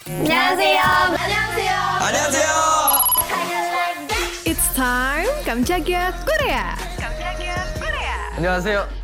안녕하세요. 안녕하세요. 안녕하세요. It's time 깜짝이야 Korea. 안녕하세요.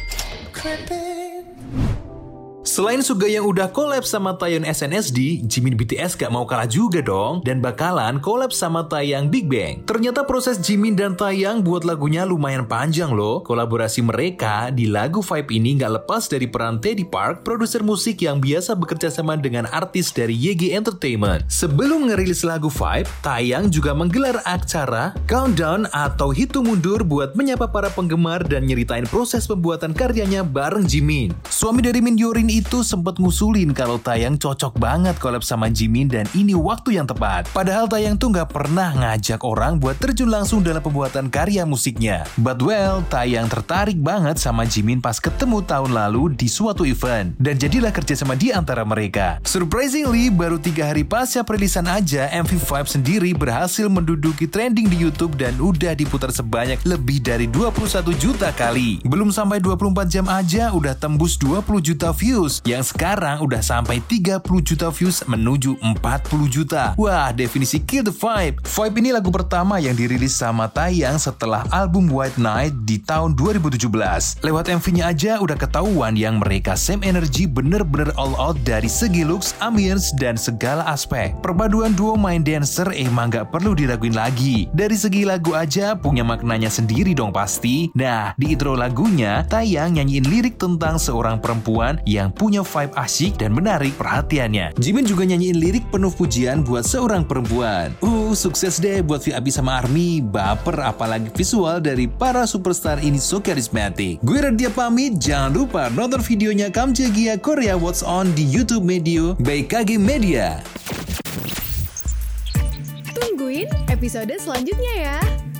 Selain Suga yang udah collab sama Taeyeon SNSD, Jimin BTS gak mau kalah juga dong dan bakalan collab sama Taeyang Big Bang. Ternyata proses Jimin dan Taeyang buat lagunya lumayan panjang loh. Kolaborasi mereka di lagu Vibe ini gak lepas dari peran Teddy Park, produser musik yang biasa bekerja sama dengan artis dari YG Entertainment. Sebelum ngerilis lagu Vibe, Taeyang juga menggelar acara Countdown atau hitung mundur buat menyapa para penggemar dan nyeritain proses pembuatan karyanya bareng Jimin. Suami dari Min Yorin itu sempat ngusulin kalau Taeyang cocok banget collab sama Jimin dan ini waktu yang tepat. Padahal Taeyang tuh gak pernah ngajak orang buat terjun langsung dalam pembuatan karya musiknya. But well, Taeyang tertarik banget sama Jimin pas ketemu tahun lalu di suatu event. Dan jadilah kerjasama di antara mereka. Surprisingly, baru 3 hari pasca perilisan aja, MV Vibe sendiri berhasil menduduki trending di YouTube dan udah diputar sebanyak lebih dari 21 juta kali. Belum sampai 24 jam aja udah tembus 20 juta views. Yang sekarang udah sampai 30 juta views menuju 40 juta. Wah, definisi kill the vibe. Vibe ini lagu pertama yang dirilis sama Taeyang setelah album White Night di tahun 2017. Lewat MV-nya aja udah ketahuan yang mereka same energy bener-bener all out dari segi looks, ambience, dan segala aspek. Perpaduan duo main dancer emang gak perlu diraguin lagi. Dari segi lagu aja punya maknanya sendiri dong pasti. Nah, di intro lagunya, Taeyang nyanyiin lirik tentang seorang perempuan yang punya vibe asyik dan menarik perhatiannya. Jimin juga nyanyiin lirik penuh pujian buat seorang perempuan. Sukses deh buat VIP sama ARMY. Baper apalagi visual dari para superstar ini so charismatic. Gue Raditya pamit, jangan lupa nonton videonya Kamjagiya Korea What's On di YouTube Medio BKG Media. Tungguin episode selanjutnya ya.